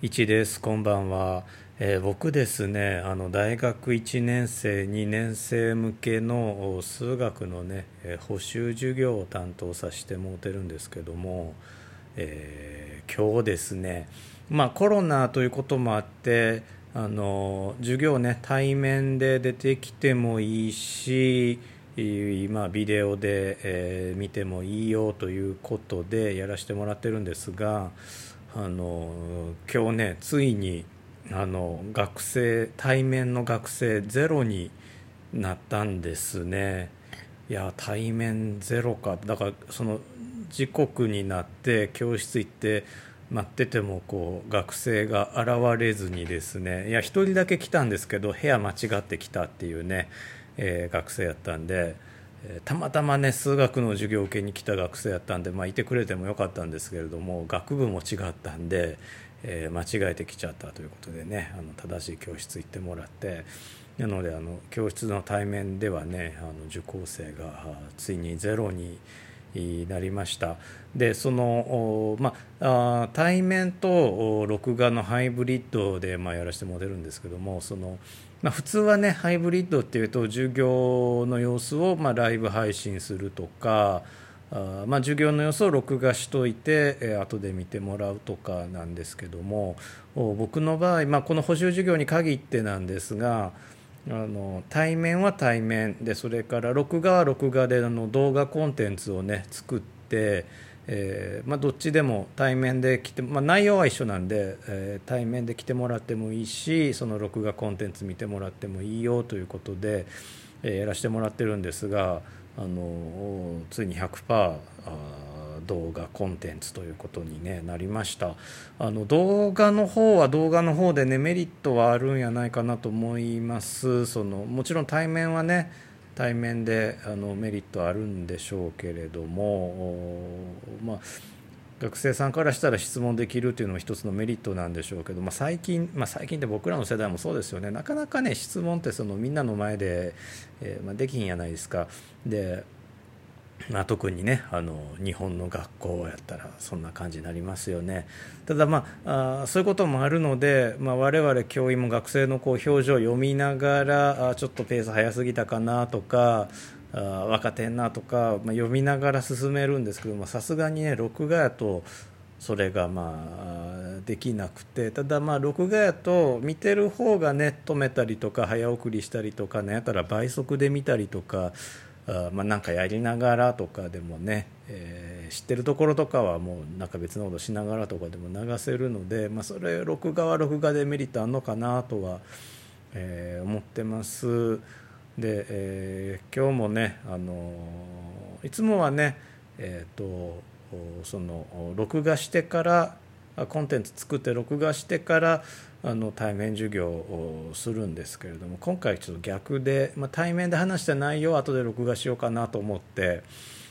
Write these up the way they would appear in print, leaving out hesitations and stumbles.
一です。こんばんは。僕ですね、大学1年生、2年生向けの数学のね、補習授業を担当させてもらってるんですけども、今日ですね、コロナということもあって、授業ね、対面で出てきてもいいし、ビデオで、見てもいいよということでやらせてもらってるんですが、今日ねついに対面の学生ゼロになったんですね。いや対面ゼロか。だからその時刻になって教室行って待ってても学生が現れずにですね、いや一人だけ来たんですけど部屋間違って来たっていうね、学生やったんで、たまたまね数学の授業を受けに来た学生やったんで、いてくれてもよかったんですけれども、学部も違ったんで、間違えてきちゃったということでね、正しい教室行ってもらって、なので教室の対面ではね受講生がついにゼロになりました。でその、対面と録画のハイブリッドで、やらせてもらってるんですけども、普通はねハイブリッドっていうと授業の様子をライブ配信するとか、授業の様子を録画しといて、後で見てもらうとかなんですけども、僕の場合、この補習授業に限ってなんですが、対面は対面で、それから録画は録画で動画コンテンツをね作って、どっちでも対面で来て、内容は一緒なんで、対面で来てもらってもいいし、その録画コンテンツ見てもらってもいいよということで、やらせてもらってるんですが、ついに100%動画コンテンツということに、なりました。動画の方は動画の方でねメリットはあるんやないかなと思います。もちろん対面はね対面でメリットあるんでしょうけれども、学生さんからしたら質問できるというのも一つのメリットなんでしょうけど、最近って僕らの世代もそうですよね。なかなかね質問ってみんなの前で、できひんやないですか。で特にね日本の学校やったらそんな感じになりますよね。ただそういうこともあるので、我々教員も学生の表情を読みながら、ちょっとペース早すぎたかなとか、分かってんなとか、読みながら進めるんですけども、さすがにね録画やとそれができなくて、ただ録画やと見てる方がね止めたりとか早送りしたりとかね、やったら倍速で見たりとか、なんかやりながらとかでもね、知ってるところとかはもうなんか別のことしながらとかでも流せるので、それ録画は録画でメリットあるのかなとは、思ってます。で、今日もね、いつもはね、その録画してからコンテンツ作って録画してから対面授業をするんですけれども、今回ちょっと逆で、対面で話した内容を後で録画しようかなと思って、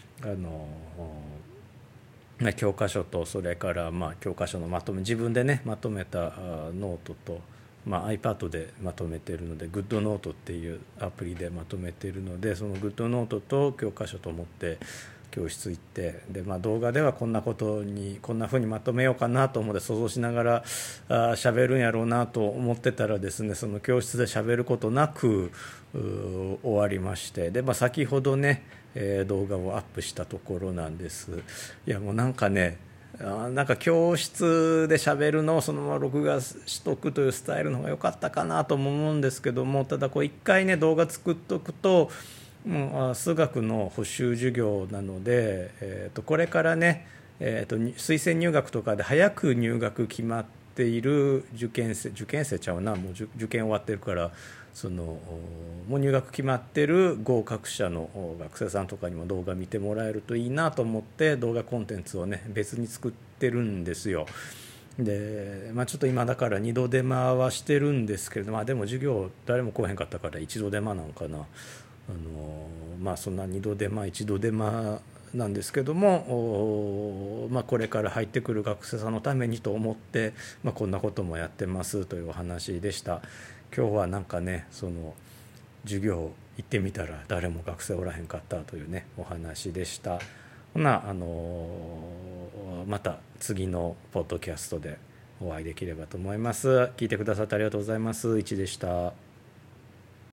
教科書と、それから教科書のまとめ、自分でねまとめたノートと、iPad でまとめているので、グッドノートっていうアプリでまとめているので、そのグッドノートと教科書と思って教室行って、で、動画ではこんな風にまとめようかなと思って想像しながら喋るんやろうなと思ってたらですね、その教室で喋ることなく終わりまして、で、先ほどね、動画をアップしたところなんです。いやもうなんかね、なんか教室で喋るのをそのまま録画しとくというスタイルの方が良かったかなとも思うんですけども、ただ一回ね動画作っとくと、数学の補習授業なので、これからね、推薦入学とかで早く入学決まっている受験生ちゃうな、もう受験終わってるから、もう入学決まってる合格者の学生さんとかにも動画見てもらえるといいなと思って動画コンテンツをね別に作ってるんですよ。で、ちょっと今だから二度手間はしてるんですけれど、でも授業誰も来へんかったから一度手間なんかな。そんな二度手間一度手間なんですけども、これから入ってくる学生さんのためにと思って、こんなこともやってますというお話でした。今日はなんかね授業行ってみたら誰も学生おらへんかったというねお話でした。ほなまた次のポッドキャストでお会いできればと思います。聞いてくださってありがとうございます。いちでした。